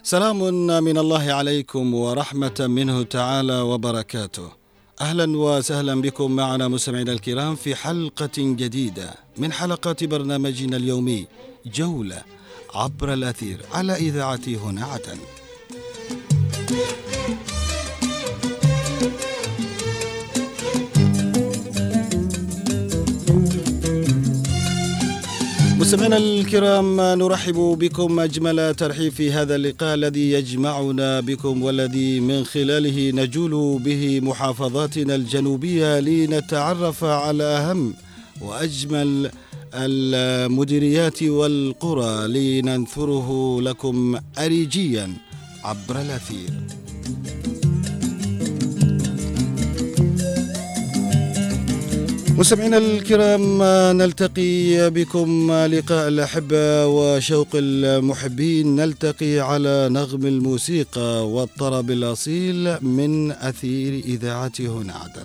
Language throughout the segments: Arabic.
سلام من الله عليكم ورحمة منه تعالى وبركاته. أهلا وسهلا بكم معنا مستمعينا الكرام في حلقة جديدة من حلقات برنامجنا اليومي جولة عبر الأثير على إذاعة هنا عدن. مستمعينا الكرام، نرحب بكم أجمل ترحيب في هذا اللقاء الذي يجمعنا بكم والذي من خلاله نجول به محافظاتنا الجنوبية لنتعرف على أهم وأجمل المديريات والقرى لننثره لكم أريجيا عبر الأثير. مستمعينا الكرام، نلتقي بكم لقاء الأحبة وشوق المحبين، نلتقي على نغم الموسيقى والطرب الأصيل من أثير إذاعة هنا عدن.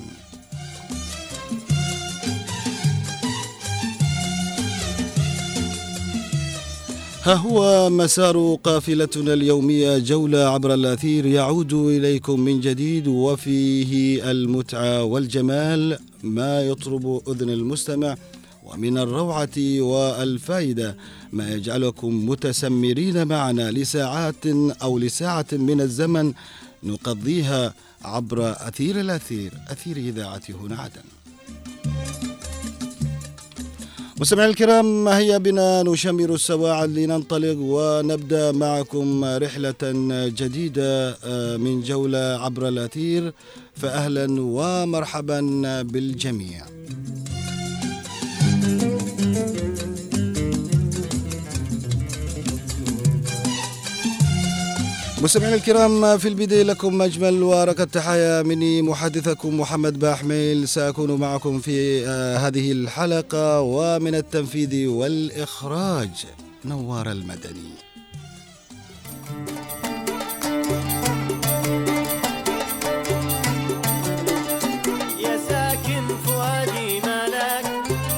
ها هو مسار قافلتنا اليومية جولة عبر الأثير يعود إليكم من جديد، وفيه المتعة والجمال ما يطرب أذن المستمع، ومن الروعة والفائدة ما يجعلكم متسمرين معنا لساعات أو لساعة من الزمن نقضيها عبر أثير الأثير، أثير إذاعة هنا عدن. مستمعينا الكرام، هيا بنا نشمر السواعد لننطلق ونبدأ معكم رحلة جديدة من جولة عبر الأثير، فأهلا ومرحبا بالجميع. مستمعينا الكرام، في البداية لكم أجمل ورقة تحية مني محدثكم محمد باحميل. سأكون معكم في هذه الحلقة، ومن التنفيذ والإخراج نوار المدني. يا ساكن فؤادي مالك،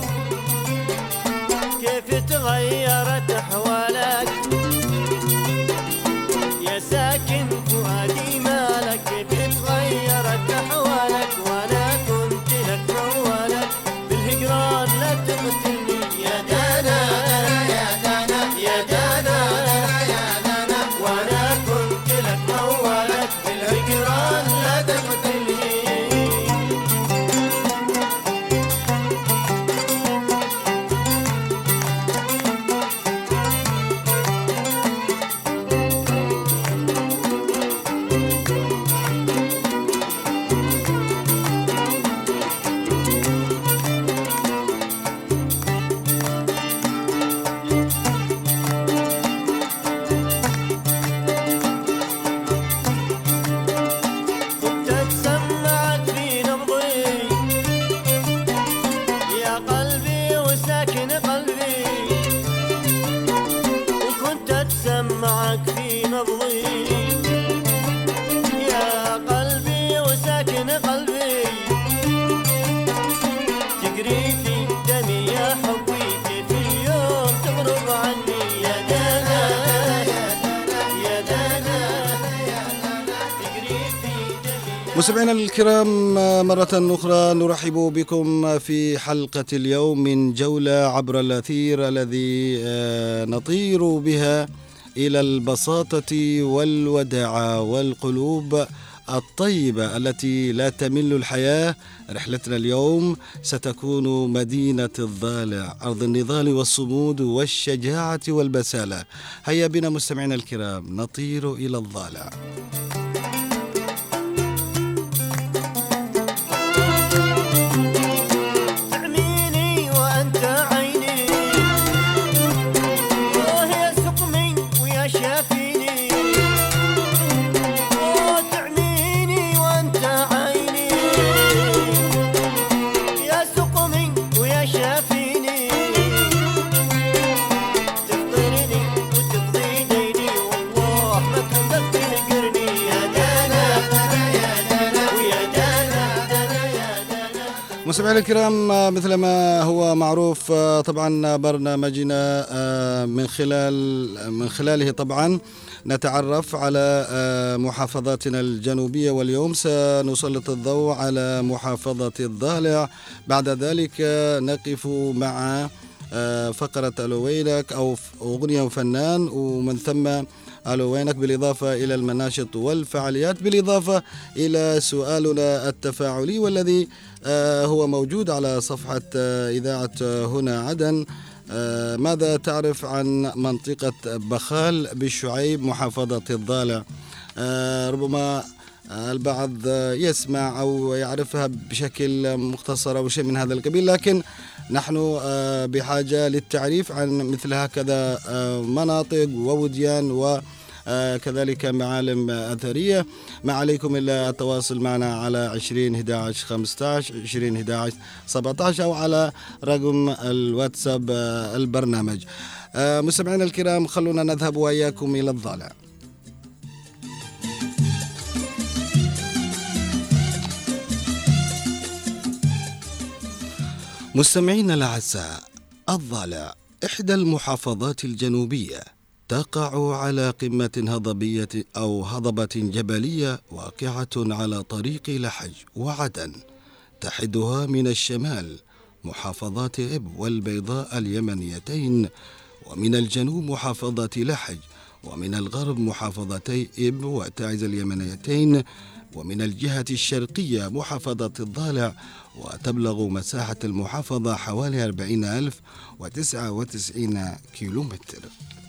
كيف تغيرت أحوالك؟ ساكن فؤادي مالك، كيف تغيرت أحوالك؟ وأنا كنت لك موالك، بالهجران لا تقتلني يا دانا يا دانا يا دانا يا دانا، وأنا كنت لك موالك، بالهجران لا تقتلني. مستمعينا الكرام، مرة أخرى نرحب بكم في حلقة اليوم من جولة عبر الأثير الذي نطير بها إلى البساطة والوداعة والقلوب الطيبة التي لا تمل الحياة. رحلتنا اليوم ستكون مدينة الضالع، أرض النضال والصمود والشجاعة والبسالة. هيا بنا مستمعينا الكرام نطير إلى الضالع. مستمعينا الكرام، مثل ما هو معروف طبعا برنامجنا من خلاله طبعا نتعرف على محافظاتنا الجنوبية، واليوم سنسلط الضوء على محافظة الضالع. بعد ذلك نقف مع فقرة ألوينك أو أغنية وفنان، ومن ثم ألوينك، بالإضافة إلى المناشط والفعاليات، بالإضافة إلى سؤالنا التفاعلي والذي هو موجود على صفحة إذاعة هنا عدن. ماذا تعرف عن منطقة بخال بالشعيب محافظة الضالع؟ ربما البعض يسمع أو يعرفها بشكل مختصر أو شيء من هذا القبيل، لكن نحن بحاجة للتعريف عن مثل هكذا مناطق ووديان وكذلك معالم أثرية. ما عليكم إلا التواصل معنا على 20 11 15 20 11 17 أو على رقم الواتساب البرنامج. مستمعينا الكرام، خلونا نذهب وإياكم إلى الضالع. مستمعينا الأعزاء، الضالع إحدى المحافظات الجنوبية، تقع على قمة هضبية أو هضبة جبلية واقعة على طريق لحج وعدن، تحدها من الشمال محافظات إب والبيضاء اليمنيتين، ومن الجنوب محافظة لحج، ومن الغرب محافظتي إب وتعز اليمنيتين، ومن الجهة الشرقية محافظة الضالع. وتبلغ مساحة المحافظة حوالي 40,099 كيلومتر.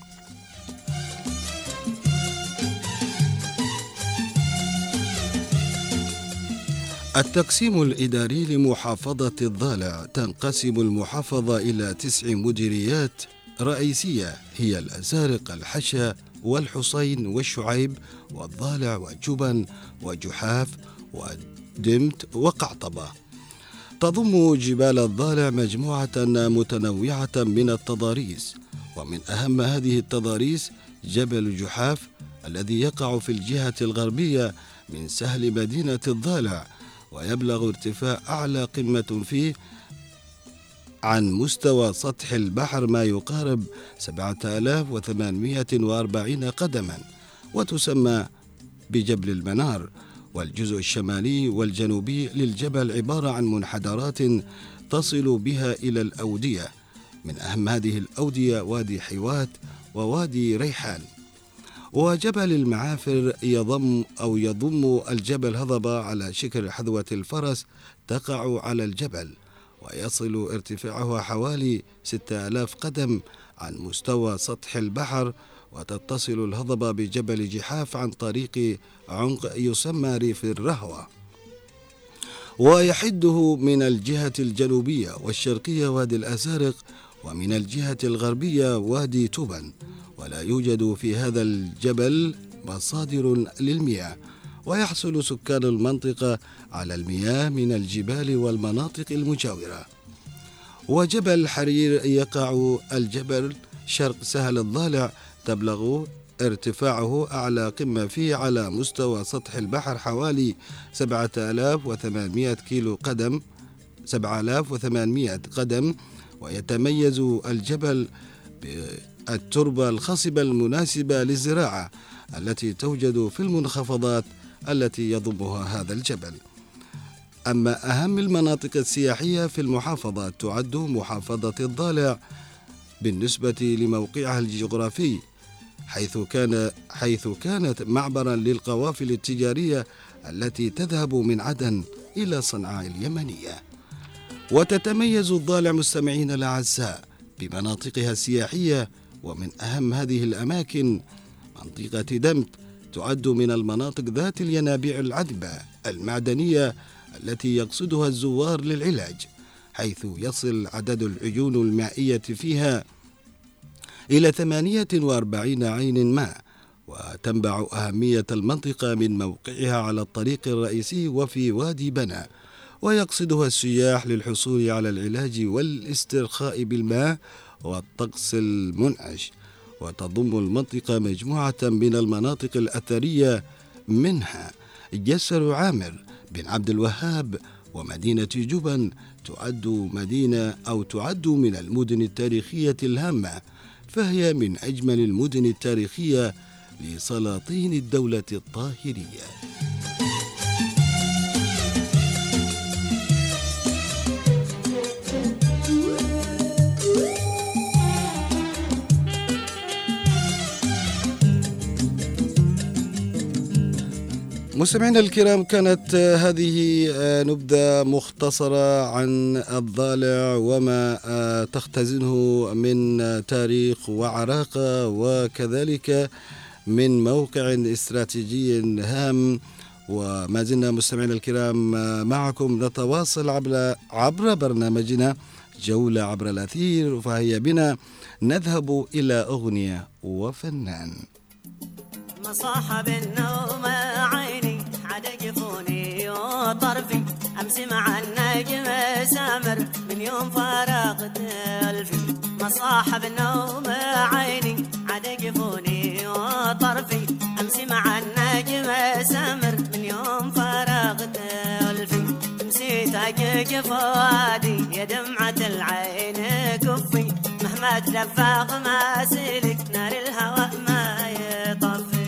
التقسيم الإداري لمحافظة الضالع: تنقسم المحافظة إلى 9 مديريات رئيسية، هي الأزارق، الحشا، والحصين، والشعيب، والضالع، وجبن، وجحاف، ودمت، وقعطبة. تضم جبال الضالع مجموعة متنوعة من التضاريس، ومن أهم هذه التضاريس جبل جحاف الذي يقع في الجهة الغربية من سهل مدينة الضالع، ويبلغ ارتفاع أعلى قمة فيه عن مستوى سطح البحر ما يقارب 7840 قدما، وتسمى بجبل المنار. والجزء الشمالي والجنوبي للجبل عبارة عن منحدرات تصل بها إلى الأودية، من أهم هذه الأودية وادي حوات ووادي ريحان. وجبل المعافر يضم الجبل هضبة على شكل حذوة الفرس تقع على الجبل، ويصل ارتفاعها حوالي 6000 قدم عن مستوى سطح البحر. وتتصل الهضبة بجبل جحاف عن طريق عمق يسمى ريف الرهوة، ويحده من الجهة الجنوبية والشرقية وادي الأزارق، ومن الجهة الغربية وادي توبن. ولا يوجد في هذا الجبل مصادر للمياه، ويحصل سكان المنطقة على المياه من الجبال والمناطق المجاورة. وجبل حرير يقع الجبل شرق سهل الضالع، تبلغ ارتفاعه أعلى قمة فيه على مستوى سطح البحر حوالي 7800 كيلو قدم 7800 قدم. ويتميز الجبل بالتربة الخصبة المناسبة للزراعة التي توجد في المنخفضات التي يضمها هذا الجبل. أما أهم المناطق السياحية في المحافظة تعد محافظة الضالع بالنسبة لموقعها الجغرافي، حيث كانت معبرا للقوافل التجارية التي تذهب من عدن إلى صنعاء اليمنية. وتتميز الضالع مستمعين الأعزاء بمناطقها السياحية، ومن أهم هذه الأماكن منطقة دمت، تعد من المناطق ذات الينابيع العذبة المعدنية التي يقصدها الزوار للعلاج، حيث يصل عدد العيون المائية فيها إلى 48 عين ماء. وتنبع أهمية المنطقة من موقعها على الطريق الرئيسي وفي وادي بنا، ويقصدها السياح للحصول على العلاج والاسترخاء بالماء والطقس المنعش. وتضم المنطقة مجموعة من المناطق الأثرية، منها جسر عامر بن عبد الوهاب ومدينة جبن تعد من المدن التاريخية الهامة، فهي من أجمل المدن التاريخية لسلاطين الدولة الطاهرية. مستمعينا الكرام، كانت هذه نبذة مختصرة عن الضالع وما تختزنه من تاريخ وعراقة، وكذلك من موقع استراتيجي هام. وما زلنا مستمعينا الكرام معكم نتواصل عبر برنامجنا جولة عبر الأثير، فهيا بنا نذهب إلى أغنية وفنان. مصاحب النوم عيني عاد يقفوني وطرفي، أمسي مع النجم سامر من يوم فارقت ألفي. مصاحب النوم عيني عاد يقفوني وطرفي، أمسي مع النجم سامر من يوم فارقت ألفي. مسيت أجج فؤادي يا دمعة العين كفي، مهما تلفق ما سلك نار الهوى ما يطفي.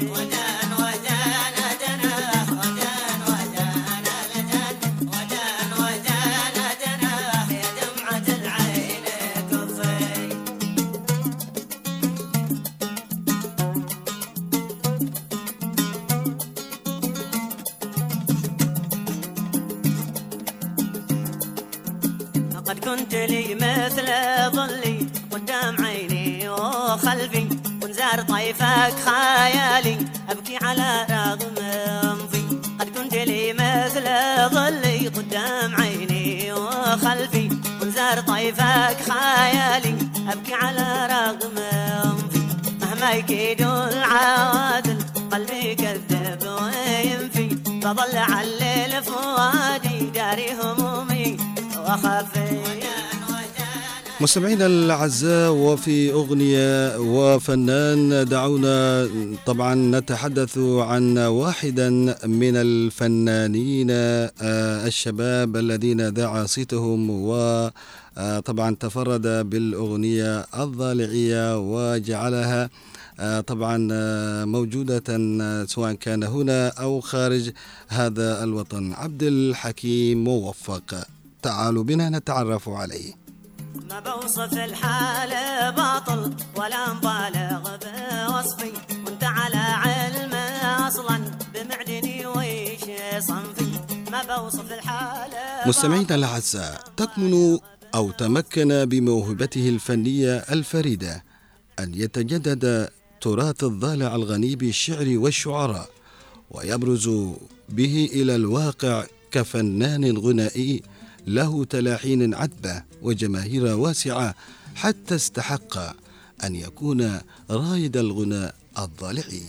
كنت لي مثل ظلي قدام عيني وخلفي، وانزار طيفك خيالي أبكي على رغم أنفي. قد كنت لي مثل ظلي قدام عيني وخلفي، وانزار طيفك خيالي أبكي على رغم أنفي. مهما يكيدوا العوادل قلبي كذب وينفي، بظل علل فؤادي داري همومي وخافي. مستمعينا الأعزاء، وفي أغنية وفنان دعونا طبعا نتحدث عن واحدا من الفنانين الشباب الذين ذاع صيتهم وطبعا تفرد بالأغنية الضالعية وجعلها طبعا موجودة سواء كان هنا أو خارج هذا الوطن. عبد الحكيم موفق، تعالوا بنا نتعرف عليه. ما بوصف الحال باطل ولا مبالغ بوصفي، وانت على علم اصلا بمعدني ويش صنفي. ما بوصف الحال. مستمعينا الاعزاء، تمكن بموهبته الفنية الفريدة أن يتجدد تراث الضالع الغني بالشعر والشعراء، ويبرز به إلى الواقع كفنان غنائي له تلاحين عذبة وجماهير واسعة، حتى استحق أن يكون رائد الغناء الضالعي.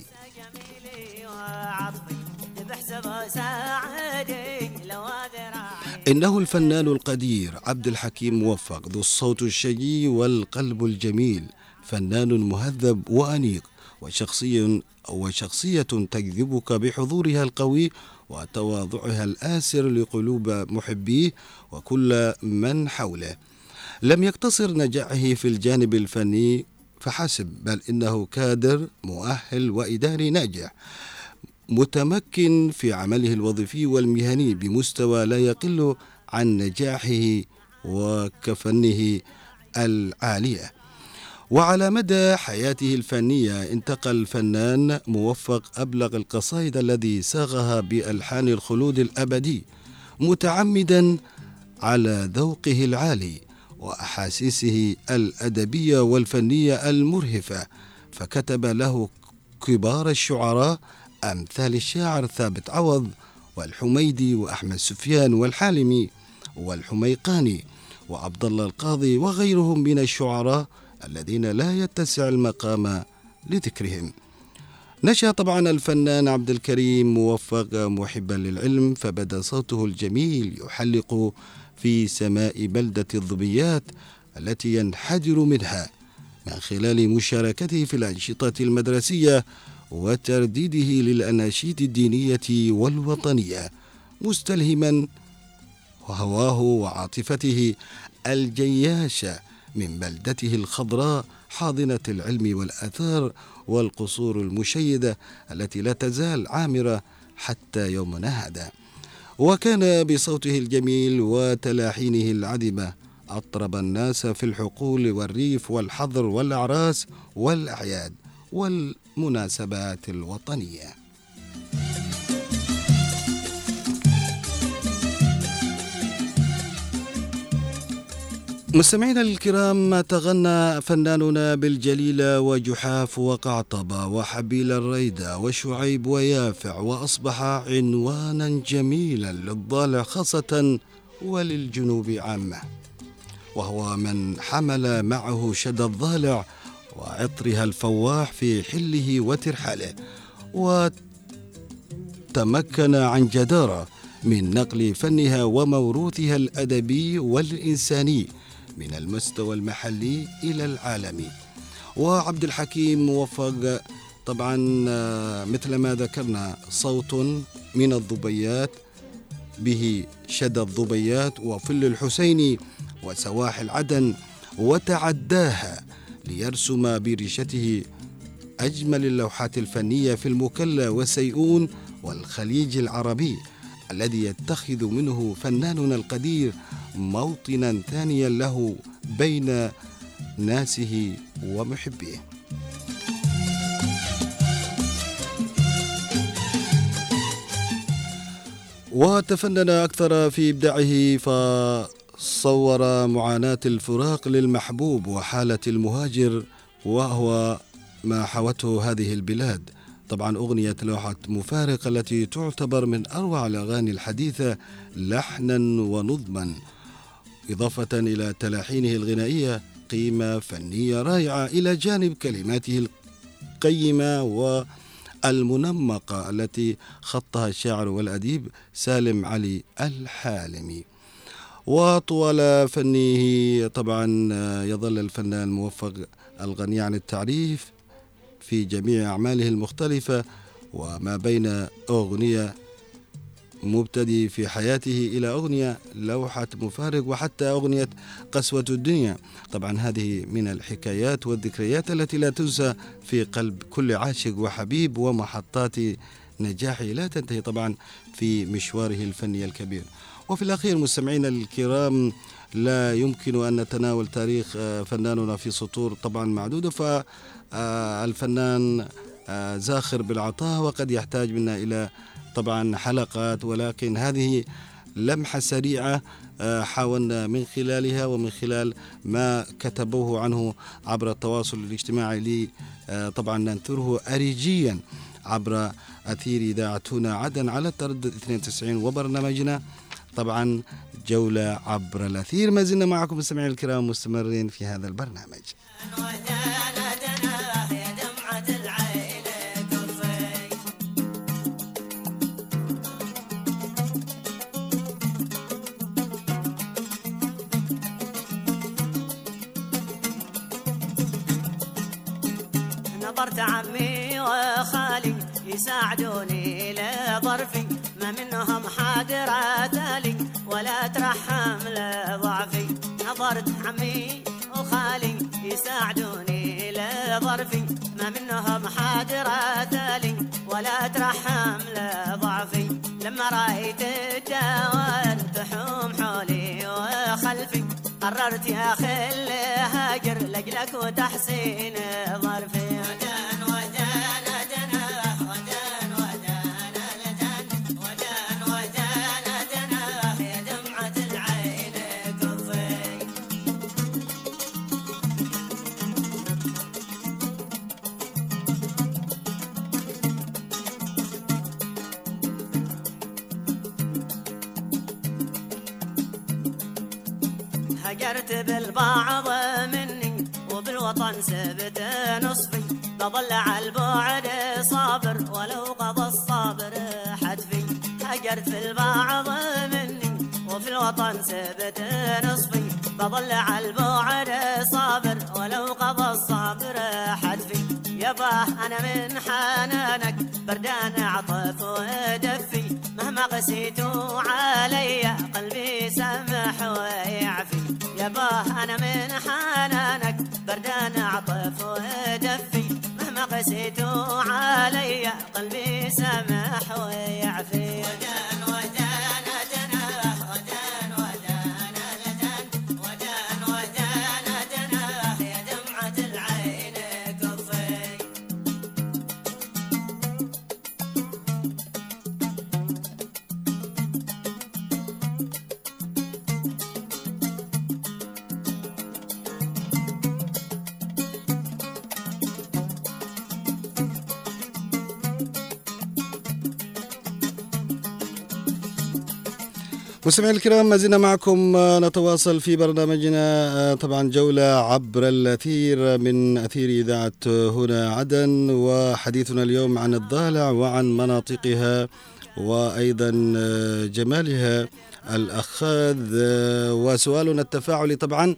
إنه الفنان القدير عبد الحكيم موفق، ذو الصوت الشجي والقلب الجميل، فنان مهذب وأنيق، وشخصية تجذبك بحضورها القوي وتواضعها الآسر لقلوب محبيه وكل من حوله. لم يقتصر نجاحه في الجانب الفني فحسب، بل إنه كادر مؤهل وإداري ناجح، متمكن في عمله الوظيفي والمهني بمستوى لا يقل عن نجاحه وكفنه العالية. وعلى مدى حياته الفنية انتقل الفنان موفق أبلغ القصائد الذي صاغها بألحان الخلود الأبدي، متعمدا على ذوقه العالي وأحاسيسه الأدبية والفنية المرهفة، فكتب له كبار الشعراء أمثال الشاعر ثابت عوض والحميدي وأحمد سفيان والحالمي والحميقاني وعبد الله القاضي وغيرهم من الشعراء الذين لا يتسع المقام لذكرهم. نشأ طبعا الفنان عبد الكريم موفق محبا للعلم، فبدا صوته الجميل يحلق في سماء بلدة الظبيات التي ينحدر منها، من خلال مشاركته في الأنشطة المدرسية وترديده للأناشيد الدينية والوطنية، مستلهما وهواه وعاطفته الجياشة من بلدته الخضراء حاضنة العلم والآثار والقصور المشيدة التي لا تزال عامرة حتى يومنا هذا. وكان بصوته الجميل وتلاحينه العذبة أطرب الناس في الحقول والريف والحضر والأعراس والأعياد والمناسبات الوطنية. مستمعينا الكرام، تغنى فناننا بالجليلة وجحاف وقعطبة وحبيل الريدة وشعيب ويافع، وأصبح عنوانا جميلا للضالع خاصة وللجنوب عامة، وهو من حمل معه شد الضالع وعطرها الفواح في حله وترحاله، وتمكن عن جدارة من نقل فنها وموروثها الأدبي والإنساني من المستوى المحلي إلى العالمي. وعبد الحكيم موفق طبعا مثل ما ذكرنا صوت من الظبيات، به شد الظبيات وفل الحسيني وسواحل عدن، وتعداها ليرسم بريشته أجمل اللوحات الفنية في المكلا وسيئون والخليج العربي، الذي يتخذ منه فناننا القدير موطنا ثانيا له بين ناسه ومحبيه. وتفنن أكثر في إبداعه، فصور معاناة الفراق للمحبوب وحالة المهاجر، وهو ما حوته هذه البلاد. طبعا أغنية لوحة مفارق التي تعتبر من أروع الأغاني الحديثة لحنا ونظما، إضافة إلى تلاحينه الغنائية قيمة فنية رائعة، إلى جانب كلماته القيمة والمنمقة التي خطها الشاعر والأديب سالم علي الحالمي. وطوال فنه طبعا يظل الفنان موفق الغني عن التعريف في جميع أعماله المختلفة، وما بين أغنية مبتدئ في حياته إلى أغنية لوحة مفارق، وحتى أغنية قسوة الدنيا. طبعا هذه من الحكايات والذكريات التي لا تنسى في قلب كل عاشق وحبيب، ومحطات نجاحه لا تنتهي طبعا في مشواره الفني الكبير. وفي الأخير مستمعينا الكرام، لا يمكن أن نتناول تاريخ فناننا في سطور طبعا معدودة، فالفنان زاخر بالعطاء وقد يحتاج منا إلى طبعا حلقات، ولكن هذه لمحة سريعة حاولنا من خلالها ومن خلال ما كتبوه عنه عبر التواصل الاجتماعي لي طبعا ننثره أريجيا عبر أثير إذاعة هنا عدن على التردد 92، وبرنامجنا طبعا جولة عبر الأثير. ما زلنا معكم مستمعين الكرام مستمرين في هذا البرنامج. نظرت عمي وخالي يساعدوني لظرفي، ما منهم حاضر تالي ولا ترحم لضعفي. نظرت عمي وخالي يساعدوني لظرفي، ما منهم حاضر تالي ولا ترحم لضعفي. لما رأيت الدوان تحوم حولي وخلفي، قررت يا خل هاجر لجلك وتحسين ظرفي. هجرت بالبعض مني وبالوطن سبت نصفي، بظل على البعد صابر ولو قضى الصابر حتفي. هجرت في البعض مني وفي الوطن سبت نصفي، بظل على البعد صابر ولو قضى الصابر حتفي. يا يابا أنا من حنانك بردان عطف ودفي مهما قسيتوا علي قلبي سمح ويعفي يابا أنا من حنانك بردان عطف ودفي مهما قسيتوا علي قلبي سمح ويعفي مستمعينا الكرام، ما زلنا معكم نتواصل في برنامجنا طبعا جولة عبر الأثير من أثير إذاعة هنا عدن، وحديثنا اليوم عن الضالع وعن مناطقها وأيضا جمالها الأخاذ. وسؤالنا التفاعلي طبعا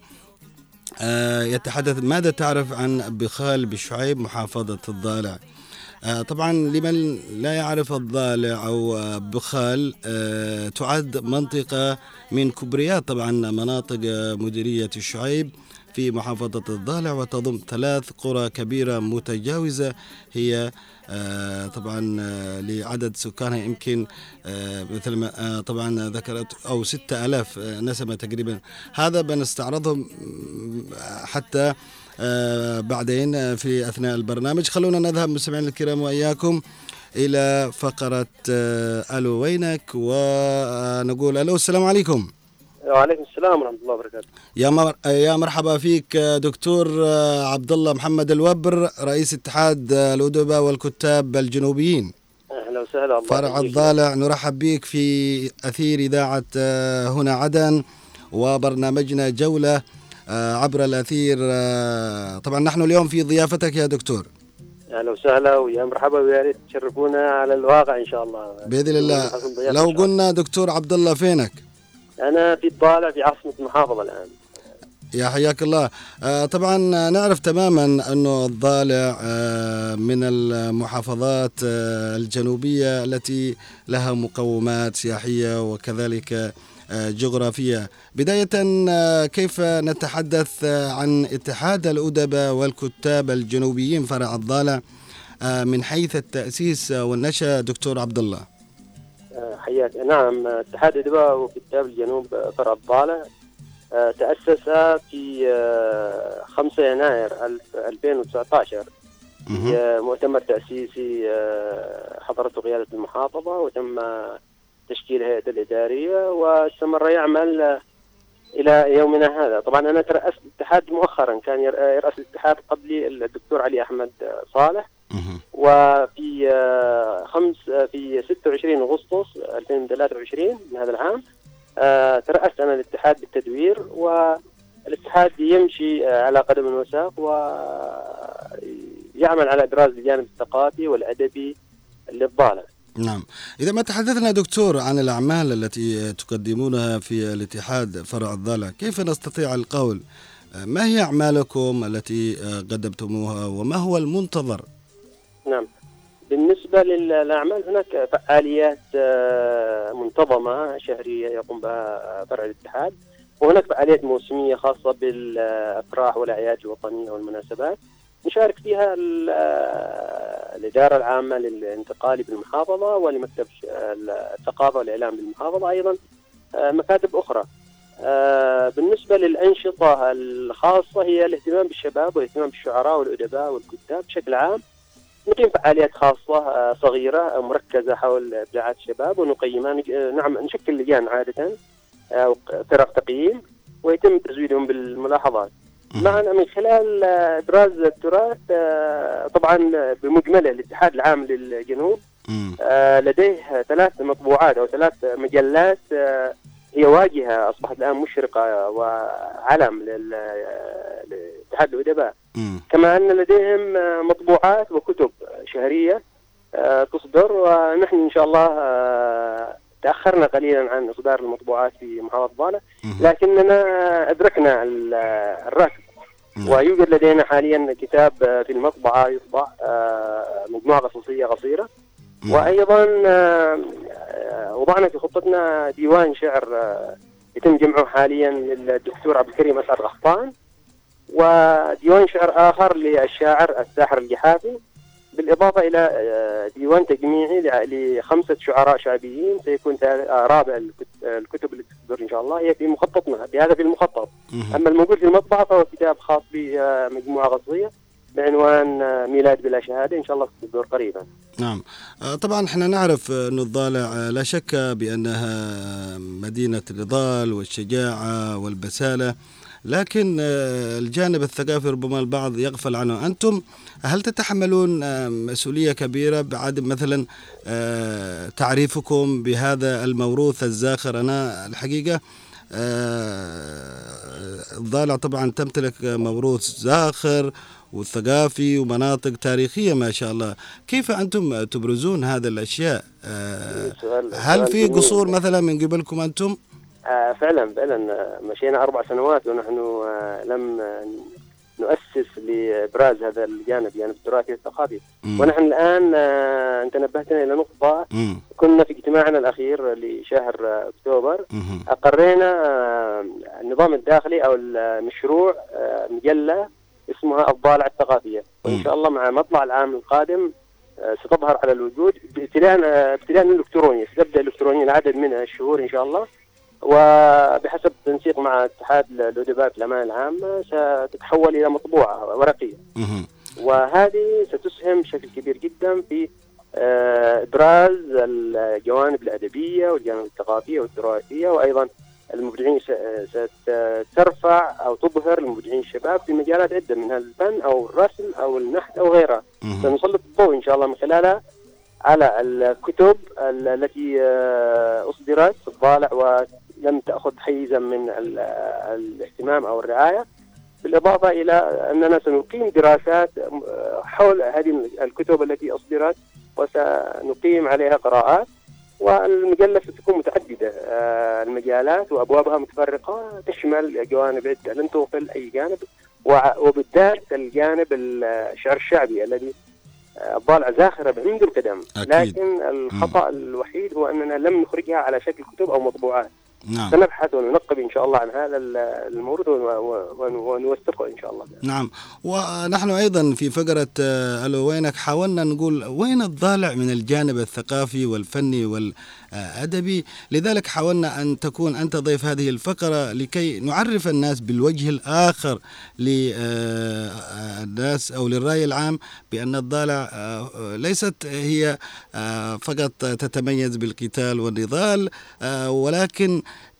يتحدث: ماذا تعرف عن بخال بشعيب محافظة الضالع؟ طبعا لمن لا يعرف الضالع أو بخال، تعد منطقة من كبريات طبعا مناطق مديرية الشعيب في محافظة الضالع، وتضم 3 قرى كبيرة متجاوزة هي طبعا لعدد سكانها يمكن مثل ما طبعا ذكرت أو 6000 نسمة تقريبا. هذا بنستعرضهم حتى بعدين في أثناء البرنامج. خلونا نذهب مستمعينا الكرام وإياكم إلى فقرة ألو وينك، ونقول ألو السلام عليكم. وعليكم السلام ورحمة الله وبركاته. يا مرحبا فيك دكتور عبد الله محمد الوبر، رئيس اتحاد الأدباء والكتاب الجنوبيين. أهلا وسهلا. فرع الضالع، نرحب بك في أثير إذاعة هنا عدن وبرنامجنا جولة عبر الأثير. طبعا نحن اليوم في ضيافتك يا دكتور. أهلا وسهلا ويا مرحبا، ويا ريت تشرفونا على الواقع إن شاء الله بإذن الله. لو قلنا دكتور عبد الله فينك؟ أنا في الضالع في عاصمة المحافظة الآن. يا حياك الله. طبعا نعرف تماما أنه الضالع من المحافظات الجنوبية التي لها مقومات سياحية وكذلك جغرافية. بداية كيف نتحدث عن اتحاد الأدباء والكتاب الجنوبيين فرع الضالع من حيث التأسيس والنشأة دكتور عبد الله؟ حياك. نعم، اتحاد الأدباء وكتاب الجنوب فرع الضالع تأسس في 5 يناير 2019 في مؤتمر تأسيسي حضرته قيادة المحافظة، وتم تشكيل هيئة الإدارية واستمر يعمل إلى يومنا هذا. طبعا أنا ترأست الاتحاد مؤخرا، كان يرأس الاتحاد قبلي الدكتور علي أحمد صالح، وفي في 26 أغسطس 2023 من هذا العام ترأست أنا الاتحاد بالتدوير، والاتحاد يمشي على قدم وساق ويعمل على إبراز الجانب الثقافي والأدبي للضالع. نعم، إذا ما تحدثنا دكتور عن الأعمال التي تقدمونها في الاتحاد فرع الضالع، كيف نستطيع القول ما هي أعمالكم التي قدمتموها وما هو المنتظر؟ نعم، بالنسبة للأعمال هناك فعاليات منتظمة شهرية يقوم بها فرع الاتحاد، وهناك فعاليات موسمية خاصة بالأفراح والأعياد الوطنية والمناسبات نشارك فيها الإدارة العامة للانتقالي بالمحافظة ولمكتب الثقافة والإعلام بالمحافظة، أيضا مكاتب أخرى. بالنسبة للأنشطة الخاصة هي الاهتمام بالشباب والاهتمام بالشعراء والأدباء والكتاب بشكل عام. نقيم فعاليات خاصة صغيرة مركزة حول إبداعات الشباب ونقيمها، نشكل لجان عادة أو فرق تقييم ويتم تزويدهم بالملاحظات. معنا من خلال إبراز التراث طبعا بمجمله الاتحاد العام للجنوب لديه 3 مطبوعات أو 3 مجلات هي واجهة أصبحت الآن مشرقة وعلم لاتحاد الأدباء. كما أن لديهم مطبوعات وكتب شهرية تصدر، ونحن إن شاء الله تأخرنا قليلا عن إصدار المطبوعات في محافظة الضالع، لكننا أدركنا الركب ويوجد لدينا حاليا كتاب في المطبعة يطبع، مجموعة قصصية قصيرة. وأيضا وضعنا في خطتنا ديوان شعر يتم جمعه حاليا للدكتور عبد الكريم أسعد غفطان، وديوان شعر آخر للشاعر الساحر الجحافي، بالإضافة إلى ديوان تجميعي ل5 شعراء شعبيين سيكون رابع الكتب اللي تصدر إن شاء الله هي في مخططنا، بهذا في المخطط. أما الموجود في المطبعة فهو كتاب خاص بمجموعة قصصية بعنوان ميلاد بلا شهادة، إن شاء الله تصدر قريبا. نعم، طبعا احنا نعرف أن الضالع لا شك بأنها مدينة النضال والشجاعة والبسالة، لكن الجانب الثقافي ربما البعض يغفل عنه. أنتم هل تتحملون مسؤولية كبيرة بعدم مثلا تعريفكم بهذا الموروث الزاخر؟ أنا الحقيقة الضالع طبعا تمتلك موروث زاخر والثقافي ومناطق تاريخية ما شاء الله، كيف أنتم تبرزون هذه الأشياء؟ هل في قصور مثلا من قبلكم أنتم؟ فعلا مشينا 4 سنوات ونحن لم نؤسس لإبراز هذا الجانب، جانب التراثي والثقافي. ونحن الآن أنت نبهتنا إلى نقطة، كنا في اجتماعنا الأخير لشهر أكتوبر أقرينا النظام الداخلي أو المشروع مجلة اسمها الضالع الثقافية، وإن شاء الله مع مطلع العام القادم ستظهر على الوجود ابتداء من الإلكتروني، ستبدأ الإلكتروني لعدد من الشهور إن شاء الله، وبحسب تنسيق مع اتحاد الأدباء في الأمانة العامة ستتحول إلى مطبوعة ورقية. وهذه ستسهم بشكل كبير جدا في إبراز الجوانب الأدبية والجوانب الثقافية والتراثية، وأيضا المبدعين سترفع أو تظهر المبدعين الشباب في مجالات عدة من الفن أو الرسم أو النحت أو غيرها. سنسلط الضوء إن شاء الله من خلالها على الكتب التي أصدرت في الضالع ولم تأخذ حيزا من الاهتمام أو الرعاية، بالإضافة إلى أننا سنقيم دراسات حول هذه الكتب التي أصدرت وسنقيم عليها قراءات. والمجلة ستكون متعددة المجالات وأبوابها متفرقة، تشمل جوانب عدة لن تغفل أي جانب، وبالذات الجانب الشعر الشعبي الذي الضالع زاخرة منذ القدم. لكن الخطأ الوحيد هو أننا لم نخرجها على شكل كتب أو مطبوعات. نعم. سنبحث وننقب إن شاء الله عن هذا المورد ونوثقه إن شاء الله. نعم، ونحن أيضا في فقرة ألو وينك حاولنا نقول وين الضالع من الجانب الثقافي والفني والأدبي، لذلك حاولنا أن تكون أنت ضيف هذه الفقرة لكي نعرف الناس بالوجه الآخر للناس أو للرأي العام بأن الضالع ليست هي فقط تتميز بالقتال والنضال، ولكن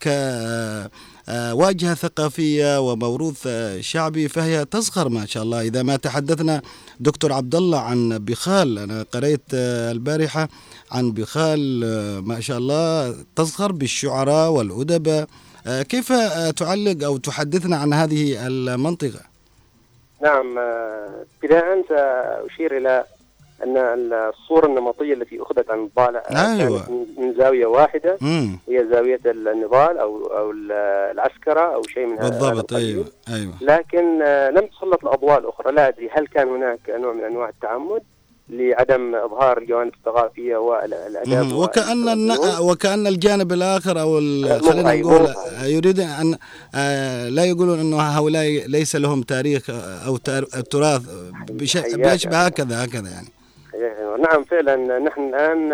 كواجهة ثقافية وموروث شعبي فهي تصغر ما شاء الله. إذا ما تحدثنا دكتور عبد الله عن بخال، أنا قرأت البارحة عن بخال ما شاء الله تصغر بالشعراء والأدباء، كيف تعلق أو تحدثنا عن هذه المنطقة؟ نعم، ابتداء سأشير إلى أن الصورة النمطية التي أخذت عن الضالع من زاوية واحدة هي زاوية النضال أو العسكرة أو شيء من هذا بالضبط. أيوة. لكن لم تسلط الأضواء الأخرى. لا أدري هل كان هناك نوع من أنواع التعمد لعدم إظهار الجوانب الثقافية والأدب وكأن الجانب الآخر أو خلينا نقول يريد أن لا يقولون أنه هؤلاء ليس لهم تاريخ أو تراث بيشبه هكذا يعني. نعم فعلا، نحن الآن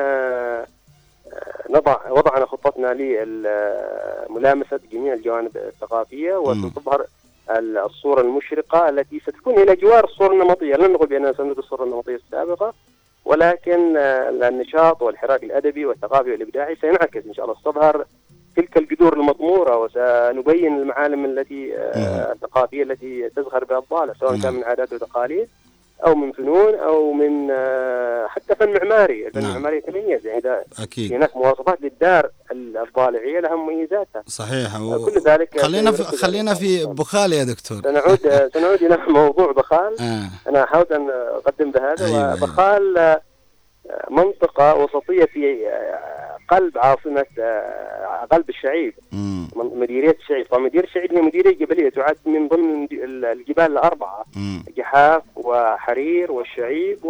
وضعنا خطتنا لملامسة جميع الجوانب الثقافية وستظهر الصورة المشرقة التي ستكون إلى جوار الصورة النمطية. لن نقول بأننا سنعيد الصورة النمطية السابقة، ولكن النشاط والحراك الأدبي والثقافي والإبداعي سينعكس إن شاء الله. ستظهر تلك الجذور المطمورة وسنبين المعالم التي الثقافية التي تزخر بها الضالع، سواء كان من عادات وتقاليد أو من فنون أو من حتى فن معماري. الفن المعماري يتميز، يعني أكيد هناك مواصفات للدار الضالعية لها مميزاتها. صحيح. كل ذلك خلينا في بخال يا دكتور. سنعود إلى موضوع بخال. أنا حاولت أن أقدم بهذا. أيوة. بخال منطقة وسطية في قلب عاصمة قلب الشعيب، مديرية الشعيب. فمديرية الشعيب هي مديرية جبلية تعد من ضمن الجبال الأربعة، جحاف وحرير والشعيب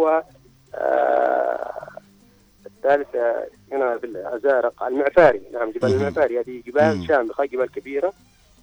الثالثة هنا بالأزارق المعفاري. نعم، جبال المعفاري هذه جبال شامخة، جبال كبيرة،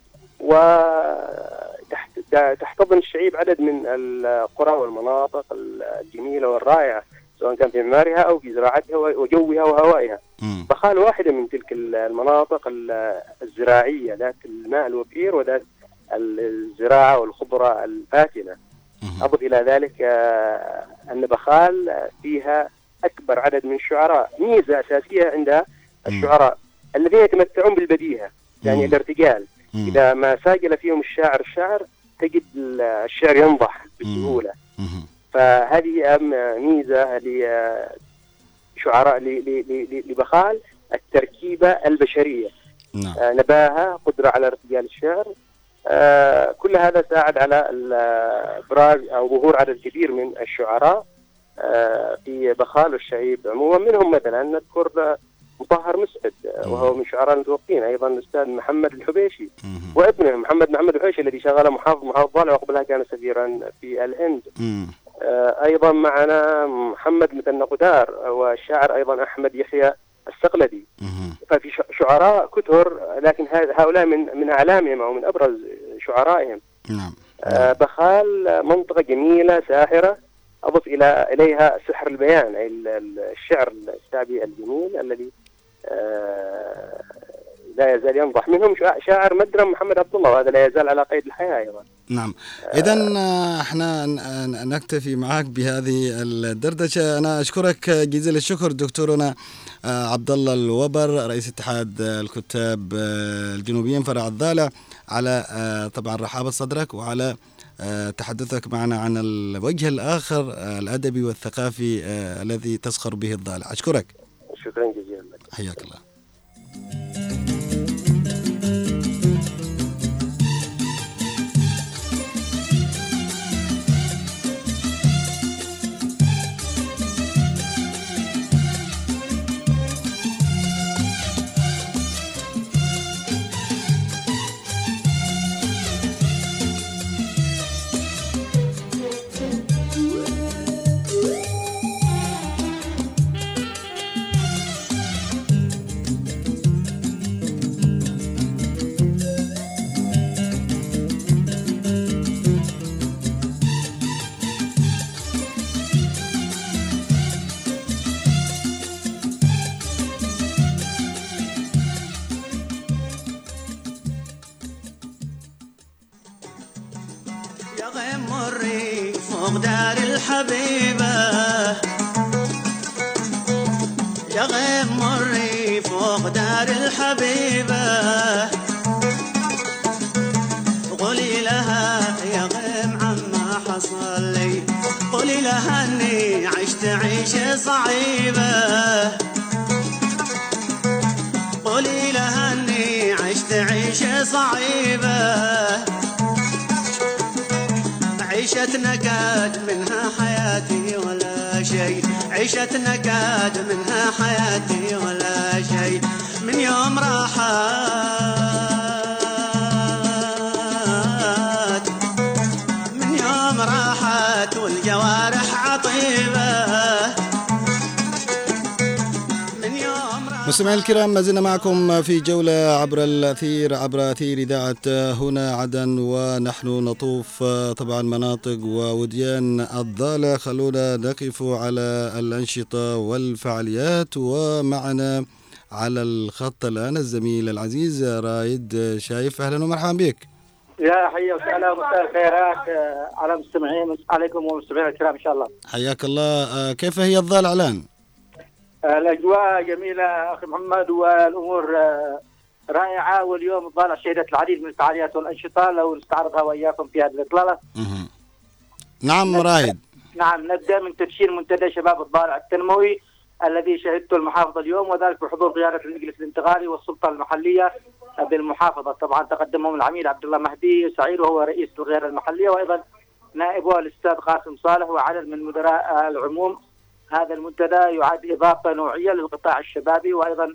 وتحتضن الشعيب عدد من القرى والمناطق الجميلة والرائعة، سواء كان في معمارها أو في زراعتها وجوها وهوائها. بخال واحدة من تلك المناطق الزراعية ذات الماء الوفير وذات الزراعة والخضرة الفاتنة. أضف إلى ذلك أن بخال فيها أكبر عدد من الشعراء. ميزة أساسية عند الشعراء الذين يتمتعون بالبديهة، يعني الارتجال. إذا ما ساجل فيهم الشاعر تجد الشعر ينضح بسهولة. فهذه ميزة لشعراء لبخال، التركيبة البشرية، نباهة، قدرة على ارتجال الشعر. كل هذا ساعد على إبراز أو ظهور عدد كبير من الشعراء في بخال والشعيب عموما. منهم مثلا نذكر مطهر مسعد، وهو من شعراء المتوقين. أيضا الأستاذ محمد الحبيشي وابنه محمد الحبيشي الذي شغل محافظ ضالع، وقبلها كان سفيرا في الهند. أيضا معنا محمد مثنى قدار، والشاعر أيضا أحمد يحيى السقلدي. ففي شعراء كثر، لكن هؤلاء من أعلامهم أو من أبرز شعرائهم. بخال منطقة جميلة ساحرة، أضف إليها سحر البيان، أي الشعر الشعبي الجميل الذي لا يزال ينضح. منهم شاعر مدرم محمد عبد الله، وهذا لا يزال على قيد الحياة أيضا. نعم، إذن احنا نكتفي معك بهذه الدردشة. أنا أشكرك جزيل الشكر دكتورنا عبد الله الوبر، رئيس اتحاد الكتاب الجنوبيين فرع الضالع، على طبعا رحابة صدرك وعلى تحدثك معنا عن الوجه الآخر الأدبي والثقافي الذي تسخر به الضالع. أشكرك. شكرا جزيلا لك. حياك الله. عيشة نكاد منها حياتي ولا شيء، من يوم راحت والجوارح عطيبة. مستمعي الكرام، ما زلنا معكم في جولة عبر الأثير، عبر أثير إذاعة هنا عدن، ونحن نطوف طبعا مناطق ووديان الضالع. خلونا نقف على الأنشطة والفعاليات، ومعنا على الخط الآن الزميل العزيز رايد شايف. أهلا ومرحبا بك. يا حي وسهلا ومساء الخيرات على مستمعين عليكم ومستمعين الكرام إن شاء الله. حياك الله. كيف هي الضالع الآن؟ الأجواء جميلة أخي محمد، والأمور رائعة. واليوم الضالع شهدت العديد من الفعاليات والأنشطة، لو نستعرضها وإياكم في هذه الإطلالة. نعم رايد. نعم، نبدأ من تدشين منتدى شباب الضالع التنموي الذي شهدته المحافظة اليوم، وذلك بحضور قيادة المجلس الانتقالي والسلطة المحلية بالمحافظة. طبعا تقدمهم العميد عبد الله مهدي سعيد وهو رئيس القيادة المحلية، وأيضا نائبه الأستاذ قاسم صالح وعدد من مدراء العموم. هذا المنتدى يعد إضافة نوعية للقطاع الشبابي، وأيضا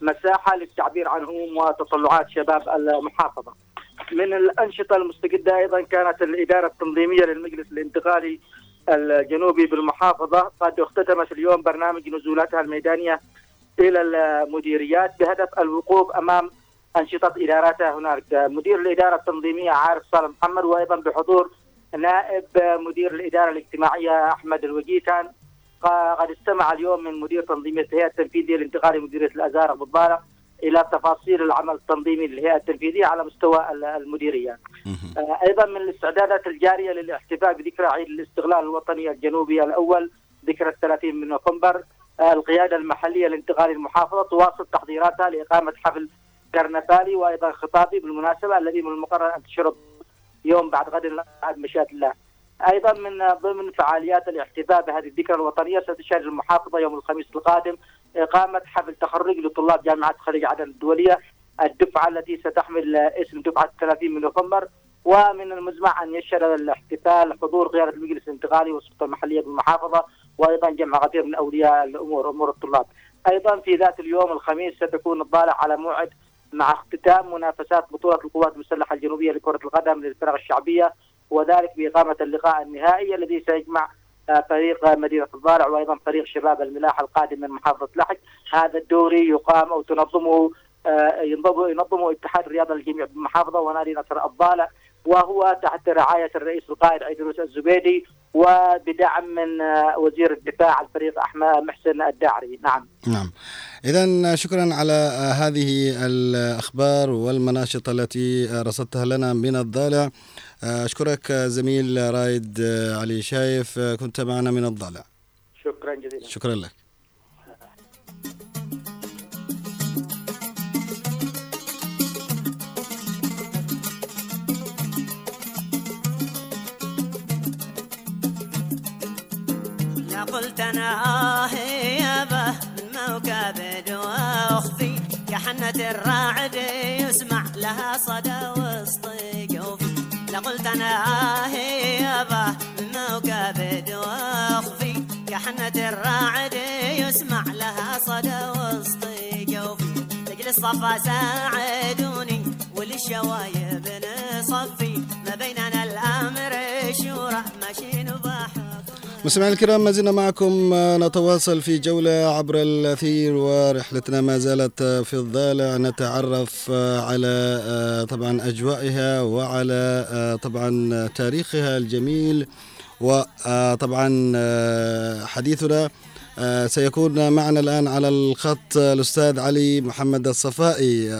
مساحة للتعبير عن هموم وتطلعات شباب المحافظة. من الأنشطة المستجدة أيضا كانت الإدارة التنظيمية للمجلس الانتقالي الجنوبي بالمحافظة قد اختتمت اليوم برنامج نزولاتها الميدانية إلى المديريات بهدف الوقوف أمام أنشطة إداراتها هناك. مدير الإدارة التنظيمية عارف صالح محمد، وأيضا بحضور نائب مدير الإدارة الاجتماعية أحمد الوجيتان، قد استمع اليوم من مدير تنظيمية الهيئة التنفيذية الانتقالي مديرية الأزهر أبو الضالع إلى تفاصيل العمل التنظيمي للهيئة التنفيذية على مستوى المديرية. أيضا من الاستعدادات الجارية للاحتفاء بذكرى عيد الاستقلال الوطني الجنوبي الأول ذكرى 30 من نوفمبر، القيادة المحلية لانتقال المحافظة تواصل تحضيراتها لإقامة حفل كرنفالي وأيضا خطابي بالمناسبة الذي من المقرر أن تشرب يوم بعد غد بعد مشيئة الله. أيضا من ضمن فعاليات الاحتفاء بهذه الذكرى الوطنية ستشهد المحافظة يوم الخميس القادم إقامة حفل تخرج لطلاب جامعة خليج عدن الدولية، الدفعة التي ستحمل اسم دفعة 30 من نوفمبر. ومن المزمع أن يشهد الاحتفال حضور قيادة المجلس الانتقالي والسلطة المحلية بالمحافظة وأيضا جمع غفير من أولياء الأمور أمور الطلاب. أيضا في ذات اليوم الخميس ستكون الضالع على موعد مع اختتام منافسات بطولة القوات المسلحة الجنوبية لكرة القدم للفرق الشعبية، وذلك بإقامة اللقاء النهائي الذي سيجمع فريق مدينة الضالع وأيضا فريق شباب الملاحة القادم من محافظة لحج. هذا الدوري يقام أو ينظمه اتحاد الرياضة الجميع بالمحافظة ونادي نصر الضالع، وهو تحت رعاية الرئيس القائد عيدروس الزبيدي وبدعم من وزير الدفاع الفريق أحمد محسن الداعري. نعم. إذن شكرا على هذه الأخبار والمناشط التي رصدتها لنا من الضالع. أشكرك زميل رايد علي شايف، كنت معنا من الضالع. شكرا جزيلا. شكرا لك. قلت أنا يابه من موكب واخفي كحنة الراعد يسمع لها صدى وسط جوفي. لقلت أنا يابه من موكب واخفي كحنة الراعد يسمع لها صدى وسط جوفي. لجل الصفا ساعدوني وللشوايب نصفي ما بيننا الأمر شورى ماشي نباح. مستمعينا الكرام، ما زلنا معكم نتواصل في جولة عبر الأثير ورحلتنا ما زالت في الضالع، نتعرف على طبعا أجوائها وعلى طبعا تاريخها الجميل. وطبعا حديثنا سيكون معنا الآن على الخط الأستاذ علي محمد الصفائي.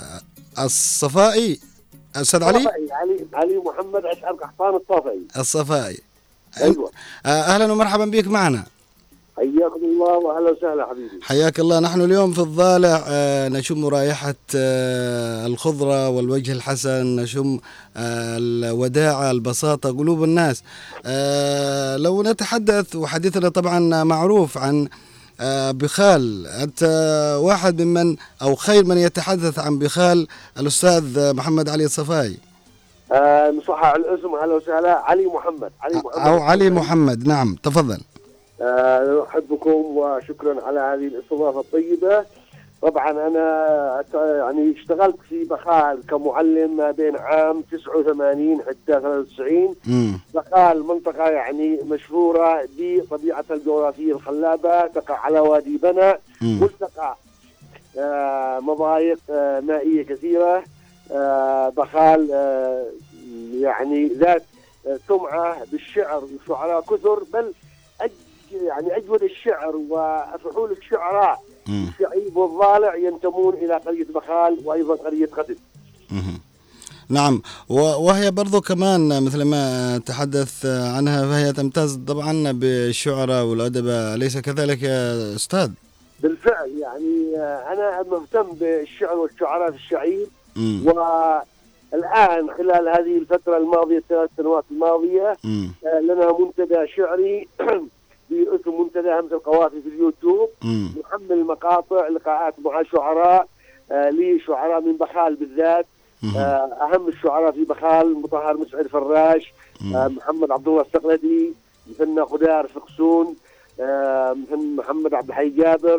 أستاذ علي محمد أشعر قحطان الصفائي. أيوة. أهلا ومرحبا بك معنا. حياكم الله وأهلا وسهلا حبيبي. حياك الله. نحن اليوم في الضالع نشم رائحة الخضرة والوجه الحسن، نشم الوداعة البساطة قلوب الناس. لو نتحدث، وحديثنا طبعا معروف عن بخال، أنت واحد ممن أو خير من يتحدث عن بخال الأستاذ محمد علي الصفائي. نصحح الاسم. اهلا وسهلا. علي محمد. نعم تفضل. احبكم وشكرا على هذه الاستضافه الطيبه. طبعا انا يعني اشتغلت في بخال كمعلم ما بين عام 89 حتى 93. بخال منطقه يعني مشهوره بطبيعتها الجغرافيه الخلابه، تقع على وادي بنا، ملتقى مضايق مائيه كثيره. بخال يعني ذات سمعة بالشعر وشعراء كثر، بل يعني أجود الشعر وفحول الشعراء الشعيب والضالع ينتمون إلى قرية بخال وأيضا قرية قدس. نعم، وهي برضو كمان مثل ما تحدث عنها، فهي تمتاز طبعا بالشعراء والأدب، أليس كذلك يا أستاذ؟ بالفعل، يعني أنا مهتم بالشعر والشعراء في الشعيب. والآن خلال هذه الفترة الماضية، الثلاث سنوات الماضية، لنا منتدى شعري باسم منتدى همزة القوافي في اليوتيوب، نحمل مقاطع لقاءات مع شعراء لشعراء من بخال بالذات. أهم الشعراء في بخال مطهر مسعد فراش، محمد عبد الله السقلدي، مثلنا قدار فقسون، مثل محمد عبد الحي جابر،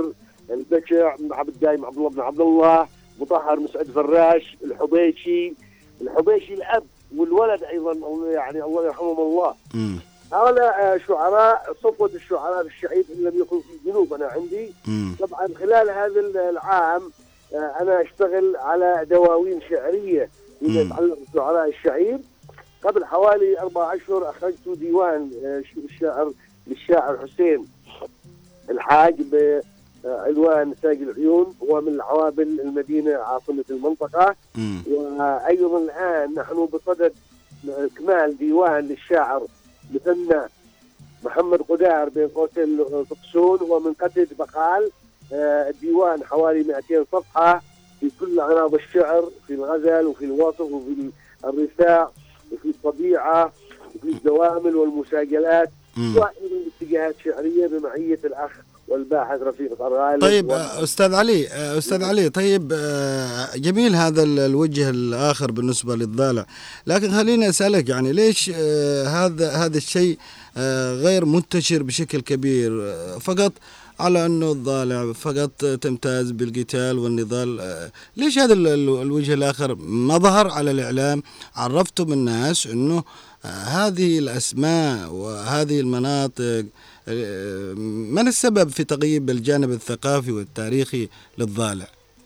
البشع، عبد الدايم عبد الله بن عبد الله، مطهر مسعد فراش، الحبيشي الأب والولد أيضا يعني الله يرحمهم الله. هؤلاء شعراء صفوة الشعراء الشعيب إن لم يكن في الجنوب. أنا عندي طبعا خلال هذا العام أنا أشتغل على دواوين شعرية فيما يتعلق بشعراء الشعيب. قبل حوالي 4 أشهر أخرجت ديوان للشاعر حسين الحاج بعنوان ساقي العيون، هو من العوابل المدينة عاصمة المنطقة. وأيضا الآن نحن بصدد إكمال ديوان للشاعر مثنى محمد قدار بين قوسين الفقسون ومن قتل بقال. الديوان حوالي 200 صفحة في كل أغراض الشعر، في الغزل وفي الوصف وفي الرثاء وفي الطبيعة وفي الدوامل والمساجلات وأيضا اتجاهات شعرية بمعية الأخ والباحث رفيق الغالي. طيب أستاذ علي، طيب جميل هذا الوجه الآخر بالنسبة للضالع، لكن خليني أسألك يعني ليش هذا الشيء غير منتشر بشكل كبير؟ فقط على أنه الضالع فقط تمتاز بالقتال والنضال، ليش هذا الوجه الآخر ما ظهر على الإعلام؟ عرفتم الناس أنه هذه الأسماء وهذه المناطق. من السبب في تغييب الجانب الثقافي والتاريخي للضالع؟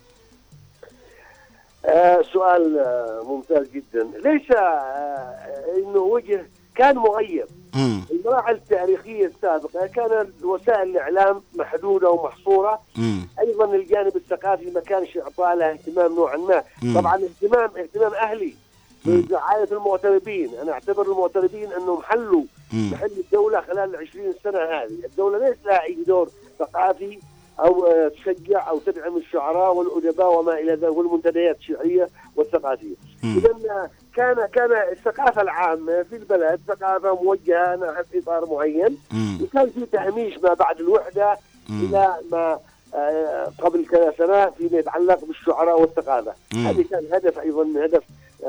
سؤال ممتاز جدا. ليس إنه وجه كان مغيب. المراحل التاريخية السابقة كان وسائل الإعلام محدودة ومحصورة. أيضا الجانب الثقافي ما كانش إعطاء له اهتمام نوعا ما. طبعا اهتمام أهلي برعاية المغتربين. أنا أعتبر المغتربين أنهم حلوا محل الدولة خلال 20 سنة هذه. الدولة ليس لها أي دور ثقافي أو تشجع أو تدعم الشعراء والأدباء وما إلى ذلك والمنتديات الشعرية والثقافية. إذن كان الثقافة العامة في البلد ثقافة موجهة نحو إطار معين، وكان في تهميش ما بعد الوحدة إلى ما قبل كذا سنة فيما يتعلق بالشعراء والثقافة. هذا كان هدف أيضا من هدف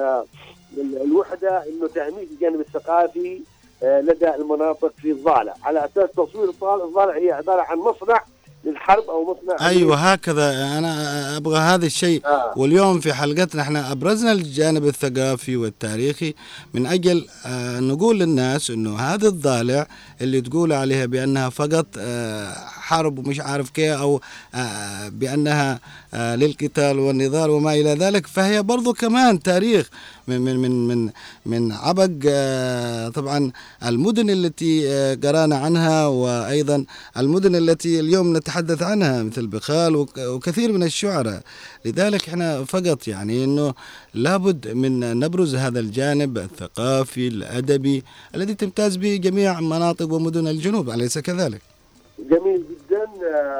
الوحدة، إنه تهميش الجانب الثقافي لدى المناطق في الضالع، على أساس تصوير الضالع هي عبارة عن مصنع للحرب أو مصنع. أيوة هكذا أنا أبغى هذا الشيء. واليوم في حلقتنا احنا أبرزنا الجانب الثقافي والتاريخي من أجل نقول للناس إنه هذا الضالع اللي تقول عليها بأنها فقط حرب ومش عارف كيف أو بأنها للقتال والنضال وما إلى ذلك، فهي برضو كمان تاريخ من عبق طبعا المدن التي قرانا عنها، وأيضا المدن التي اليوم نتحدث عنها مثل بخال وكثير من الشعراء. لذلك احنا فقط يعني انه لابد من نبرز هذا الجانب الثقافي الأدبي الذي تمتاز به جميع مناطق ومدن الجنوب، أليس كذلك؟ جميل جدا.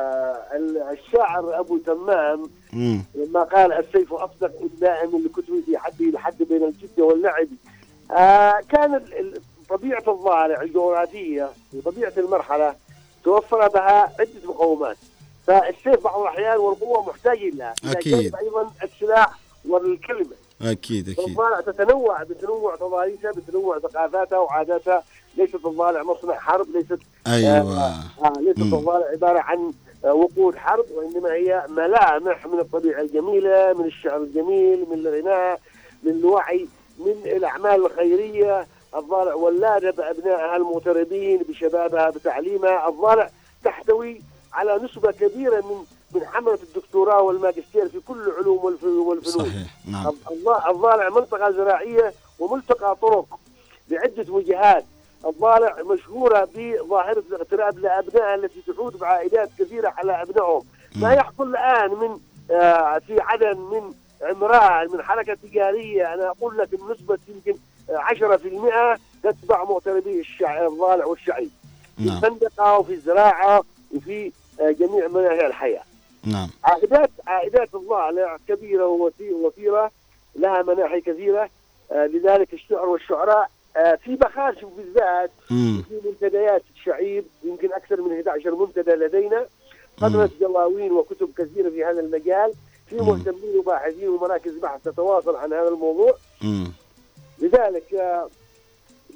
الشاعر أبو تمام لما قال السيف أصدق إبداء من الكتب في حده لحد بين الجد واللعب، كان طبيعة الضالع الجغرافية وطبيعة المرحلة توفر بها عدة مقومات، فالسيف بعض الأحيان والقوة محتاجين لها. أكيد. أيضا السلاح والكلمة. أكيد. الضالع تتنوع بتنوع تضاريسها بتنوع ثقافاتها وعاداتها. ليست الضالع مصنع حرب، ليست ليست الضالع عبارة عن وقود حرب، وإنما هي ملامح من الطبيعة الجميلة، من الشعر الجميل، من الغناء، من الوعي، من الأعمال الخيرية. الضالع ولادة بأبنائها المغتربين بشبابها بتعليمها. الضالع تحتوي على نسبة كبيرة من حملة الدكتوراه والماجستير في كل العلوم والفنون. صحيح. نعم. الضالع منطقة زراعية وملتقى طرق بعدة وجهات. الضالع مشهورة بظاهرة الاغتراب لأبنائها التي تعود بعائدات كثيرة على أبنائهم. ما يحصل الآن من في عدن من عمران من حركة تجارية، أنا أقول لك النسبة يمكن 10% تتبع مغتربي الضالع والشعيب في الفندقة وفي الزراعة وفي جميع مناحي الحياة. نعم. عائدات الضالع كبيرة ووفيرة لها مناحي كثيرة. لذلك الشعر والشعراء في بخاش بالذات في منتديات الشعيب يمكن أكثر من 11 منتدى لدينا، قدرت دواوين وكتب كثيرة في هذا المجال، في مهتمين وباحثين ومراكز بحث تتواصل عن هذا الموضوع. لذلك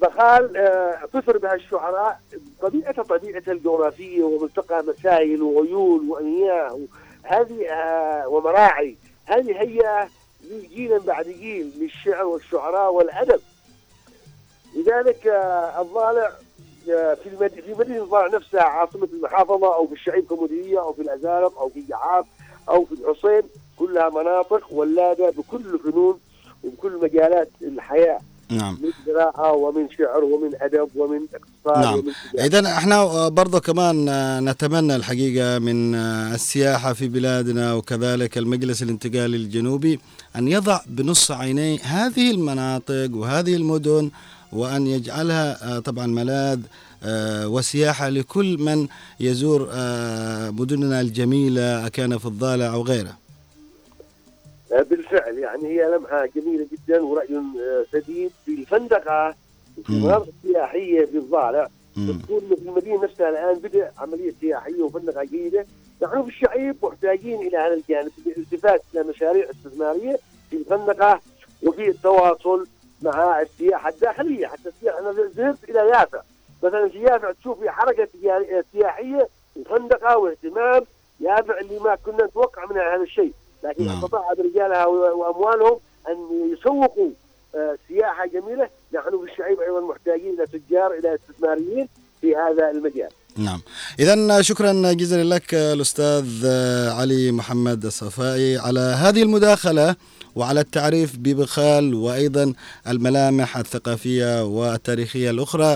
بخال فسر بها الشعراء طبيعتها الجغرافية وملتقى مسائل وعيون ومياه هذه ومراعي، هذه هي جيلا بعد جيل للشعر والشعراء والأدب. لذلك الضالع في مدينة الضالع نفسها عاصمة المحافظة أو في الشعيب كمديرية أو في الأزارق أو في جعاف أو في الحصين، كلها مناطق ولادة بكل فنون وبكل مجالات الحياة. نعم. من زراعة ومن شعر ومن أدب ومن اقتصاد. نعم. إذن احنا برضو كمان نتمنى الحقيقة من السياحة في بلادنا وكذلك المجلس الانتقالي الجنوبي أن يضع بنص عينيه هذه المناطق وهذه المدن، وأن يجعلها طبعا ملاذ وسياحة لكل من يزور مدننا الجميلة كان في الضالع أو غيره. بالفعل يعني هي لمحة جميلة جدا ورأي سديد في الفندقة وفي المناطق السياحية في الضالع. تكون في المدينة نفسها الآن بدأ عملية سياحية وفندقة جيدة. نحن في الشعيب محتاجين إلى هذا الجانب بالالتفات إلى مشاريع استثمارية في الفندقة وفي التواصل مع السياحة الداخلية. حتى السياحة أنا ذهبت إلى يافع مثلا، في يافع تشوف في حركة سياحية وفندقة واهتمام يافع اللي ما كنا نتوقع منها هذا الشيء، لكن استطاع برجالها وأموالهم أن يسوقوا سياحة جميلة. نحن في الشعيب أيضا محتاجين إلى تجار إلى استثماريين في هذا المجال. نعم. إذن شكرا جزيلا لك الأستاذ علي محمد الصفائي على هذه المداخلة وعلى التعريف ببخال وأيضا الملامح الثقافية والتاريخية الأخرى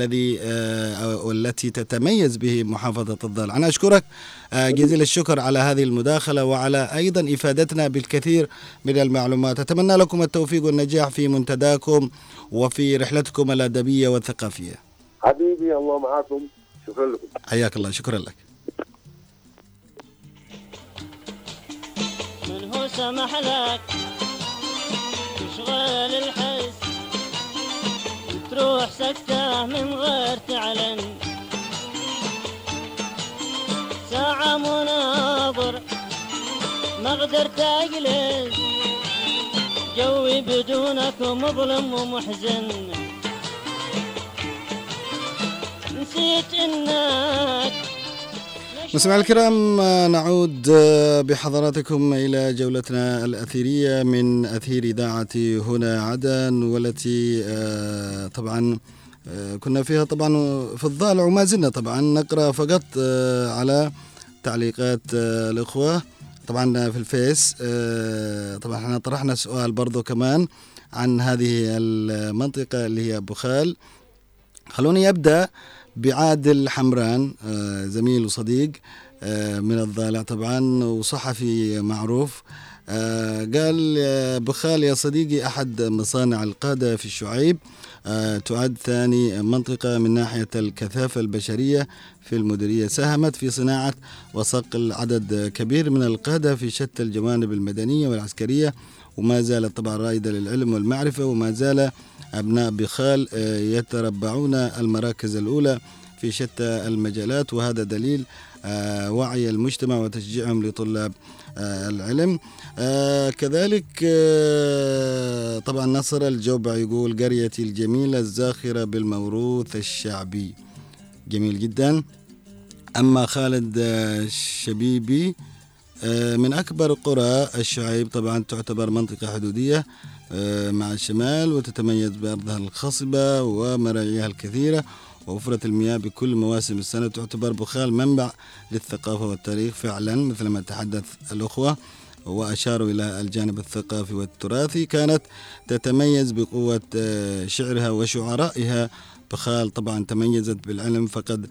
التي تتميز به محافظة الضالع. أنا أشكرك جزيل الشكر على هذه المداخلة وعلى أيضا إفادتنا بالكثير من المعلومات. أتمنى لكم التوفيق والنجاح في منتداكم وفي رحلتكم الأدبية والثقافية. حبيبي الله معكم، شكرا لكم. حياك الله، شكرا لك. من هو سمح لك تشغل الحس تروح سكته من غير تعلن، ساعة مناظر ما قدرت أجلس جوي بدونك مظلم ومحزن، نسيت إنك. مستمعينا الكرام، نعود بحضراتكم إلى جولتنا الأثيرية من أثير إذاعة هنا عدن، والتي طبعا كنا فيها طبعا في الضالع وما زلنا طبعا نقرأ فقط على تعليقات الإخوة طبعا في الفيس. طبعا احنا طرحنا سؤال برضو كمان عن هذه المنطقة اللي هي بخال. خلوني أبدأ بعادل حمران، زميل وصديق من الضالع طبعا وصحفي معروف. قال بخال يا صديقي أحد مصانع القادة في الشعيب، تعد ثاني منطقة من ناحية الكثافة البشرية في المديرية، ساهمت في صناعة وصقل عدد كبير من القادة في شتى الجوانب المدنية والعسكرية، وما زالت طبعا رائدة للعلم والمعرفة، وما زال أبناء بخال يتربعون المراكز الأولى في شتى المجالات، وهذا دليل وعي المجتمع وتشجيعهم لطلاب العلم. كذلك طبعا نصر الجوبع يقول قريتي الجميلة الزاخرة بالموروث الشعبي، جميل جدا. أما خالد الشبيبي من أكبر قرى الشعيب، طبعا تعتبر منطقة حدودية مع الشمال وتتميز بأرضها الخصبة ومراعيها الكثيرة ووفرة المياه بكل مواسم السنة. تعتبر بخال منبع للثقافة والتاريخ فعلا مثل ما تحدث الأخوة وأشاروا إلى الجانب الثقافي والتراثي. كانت تتميز بقوة شعرها وشعرائها. بخال طبعا تميزت بالعلم، فقد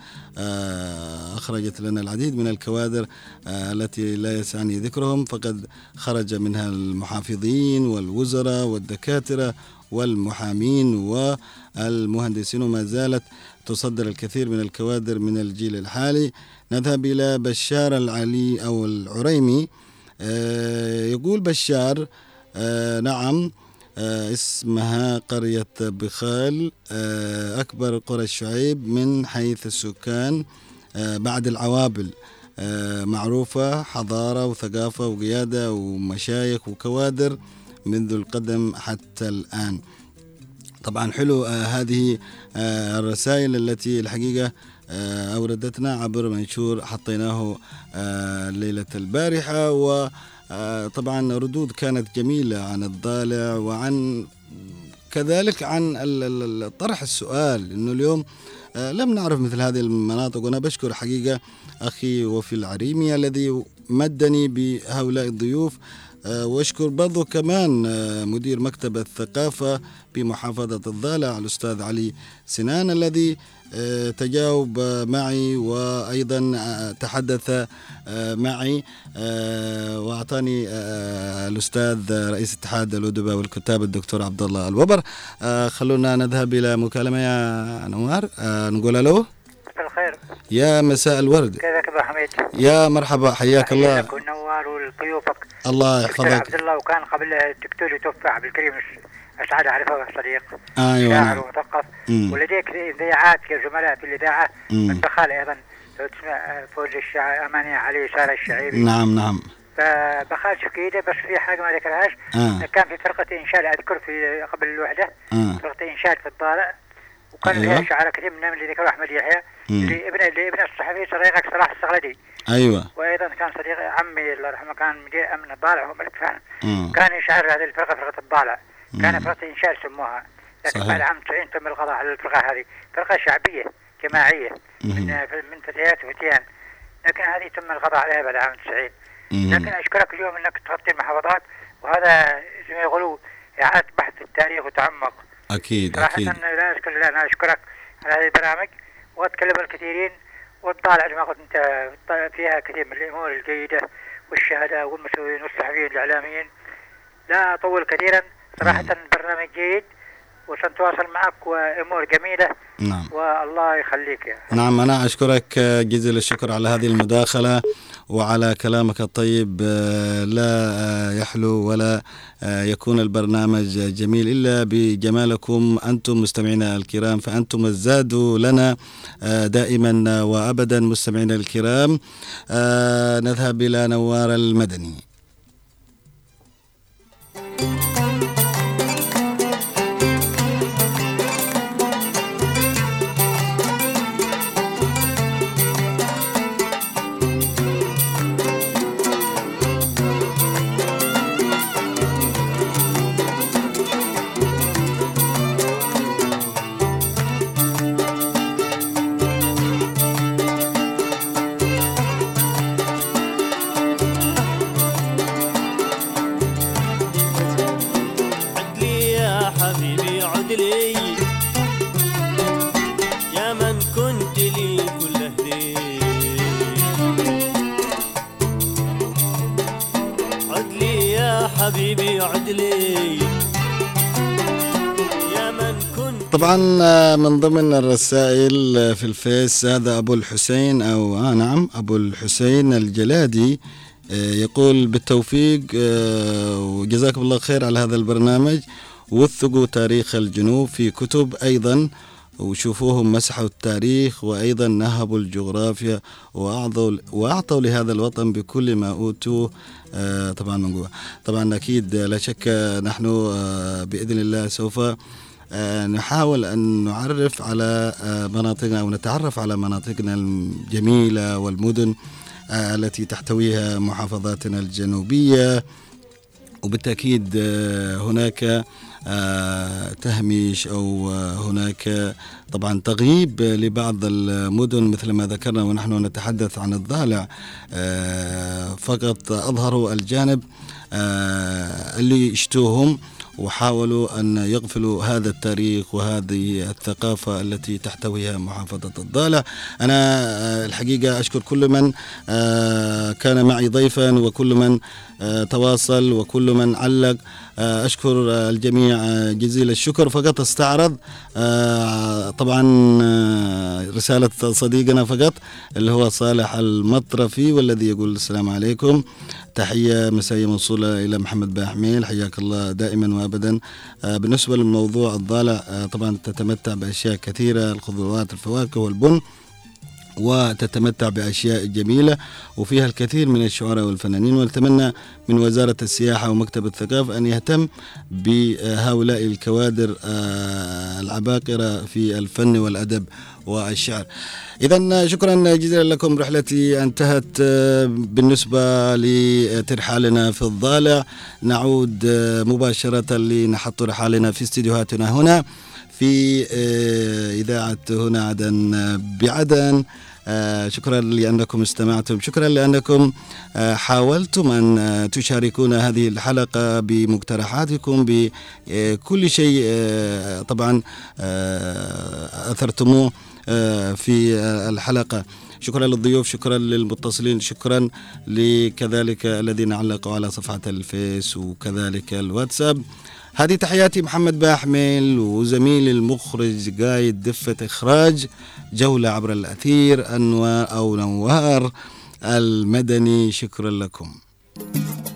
أخرجت لنا العديد من الكوادر التي لا يسعني ذكرهم، فقد خرج منها المحافظين والوزراء والدكاترة والمحامين والمهندسين، وما زالت تصدر الكثير من الكوادر من الجيل الحالي. نذهب إلى بشار العلي أو العريمي. يقول بشار نعم اسمها قرية بخال أكبر قرى الشعيب من حيث السكان بعد العوابل، معروفة حضارة وثقافة وقيادة ومشايخ وكوادر منذ القدم حتى الآن. طبعا حلو هذه الرسائل التي الحقيقة أوردتنا عبر منشور حطيناه ليلة البارحة، وطبعا ردود كانت جميلة عن الضالع وعن كذلك عن طرح السؤال إنه اليوم لم نعرف مثل هذه المناطق. وأنا بشكر حقيقة أخي وفي العريمي الذي مدني بهؤلاء الضيوف، واشكر برضو كمان مدير مكتب الثقافة بمحافظة الضالع الأستاذ علي سنان الذي تجاوب معي وأيضا تحدث معي وأعطاني الأستاذ رئيس اتحاد الأدباء والكتاب الدكتور عبد الله الوبر. خلونا نذهب إلى مكالمة يا نوار، نقول له الخير. يا مساء الورد. كيفك ابو حميد؟ يا مرحبا، حياك الله. نوار وضيوفك. الله يحفظك. عبد الله، وكان قبل الدكتور يتوفى عبد الكريم أسعد أعرفه صديق. أيوة. شاعر ومثقف. ولديك إذاعات كزملاء في الإذاعة من بخال أيضا تسمع فوز الشاعر أماني علي سارة الشعيبي. نعم. فبخال شكيدة، بس في حاجة ما ذكرهاش. كان في فرقة إنشاد أذكر في قبل الوحدة. فرقة إنشاد في الضالع، وكان فيها شعراء كثير منهم اللي ذكروا أحمد يحيى لابن الصحفي صديقك صلاح الصغلدي. أيوة. وأيضا كان صديق عمي الله يرحمه كان مدير أمن الضالع هو ملك فهد. كان يشعر هذه الفرقة فرقة الضالع. كان فرقة إنشاد سموها، لكن بعد عام 90 تم القضاء على الفرقة هذه. فرقة شعبية جماعية من فتيات وفتيان، لكن هذه تم القضاء عليها بعد عام 90. لكن أشكرك اليوم أنك تغطي المحافظات، وهذا زي ما يقولوا إعادة بحث في التاريخ وتعمق. أكيد. صراحة لا أذكر إلا أنا أشكرك على هذه البرامج، وأتكلم الكثيرين والطالع لما قلت أنت فيها كثير من الأمور الجيدة والشهداء والمسؤولين والصحفيين الإعلاميين. لا أطول كثيرا، صراحة برنامج جيد وسنتواصل معك وأمور جميلة. نعم. والله يخليك يا. نعم، أنا أشكرك جزيل الشكر على هذه المداخلة وعلى كلامك الطيب. لا يحلو ولا يكون البرنامج جميل إلا بجمالكم أنتم مستمعينا الكرام، فأنتم الزاد لنا دائما وأبدا مستمعينا الكرام. نذهب إلى نوار المدني. طبعا من ضمن الرسائل في الفيس هذا أبو الحسين أو نعم أبو الحسين الجلادي يقول بالتوفيق وجزاكم الله خير على هذا البرنامج. وثقوا تاريخ الجنوب في كتب أيضا، وشوفوهم مسحوا التاريخ وأيضا نهبوا الجغرافيا وأعطوا لهذا الوطن بكل ما أوتوا طبعا من جوا. طبعا أكيد لا شك نحن بإذن الله سوف نحاول أن نعرف على مناطقنا أو نتعرف على مناطقنا الجميلة والمدن التي تحتويها محافظاتنا الجنوبية. وبالتأكيد هناك تهميش أو هناك طبعا تغييب لبعض المدن مثل ما ذكرنا، ونحن نتحدث عن الضالع فقط أظهروا الجانب اللي اشتوهم وحاولوا أن يغفلوا هذا التاريخ وهذه الثقافة التي تحتويها محافظة الضالع. أنا الحقيقة أشكر كل من كان معي ضيفا وكل من تواصل وكل من علق. أشكر الجميع جزيل الشكر. فقط استعرض طبعا رسالة صديقنا فقط اللي هو صالح المطرفي، والذي يقول السلام عليكم، تحية مسائية موصولة إلى محمد باحميل، حياك الله دائما وأبدا. بالنسبة للموضوع الضالع طبعا تتمتع بأشياء كثيرة، الخضروات الفواكه والبن، وتتمتع بأشياء جميلة وفيها الكثير من الشعراء والفنانين. ونتمنى من وزارة السياحة ومكتب الثقافة أن يهتم بهؤلاء الكوادر العباقرة في الفن والأدب والشعر. إذن شكرا جزيلا لكم. رحلتي انتهت بالنسبة لترحالنا في الضالع. نعود مباشرة لنحط رحالنا في استديوهاتنا هنا في إذاعة هنا عدن بعدن. شكرا لأنكم استمعتم، شكرا لأنكم حاولتم أن تشاركون هذه الحلقة بمقترحاتكم بكل شيء طبعا أثرتموه في الحلقة. شكرا للضيوف، شكرا للمتصلين، شكرا لكذلك الذين علقوا على صفحة الفيس وكذلك الواتساب. هذه تحياتي محمد باحمل وزميل المخرج قايد دفة إخراج جولة عبر الأثير نوار المدني. شكرا لكم.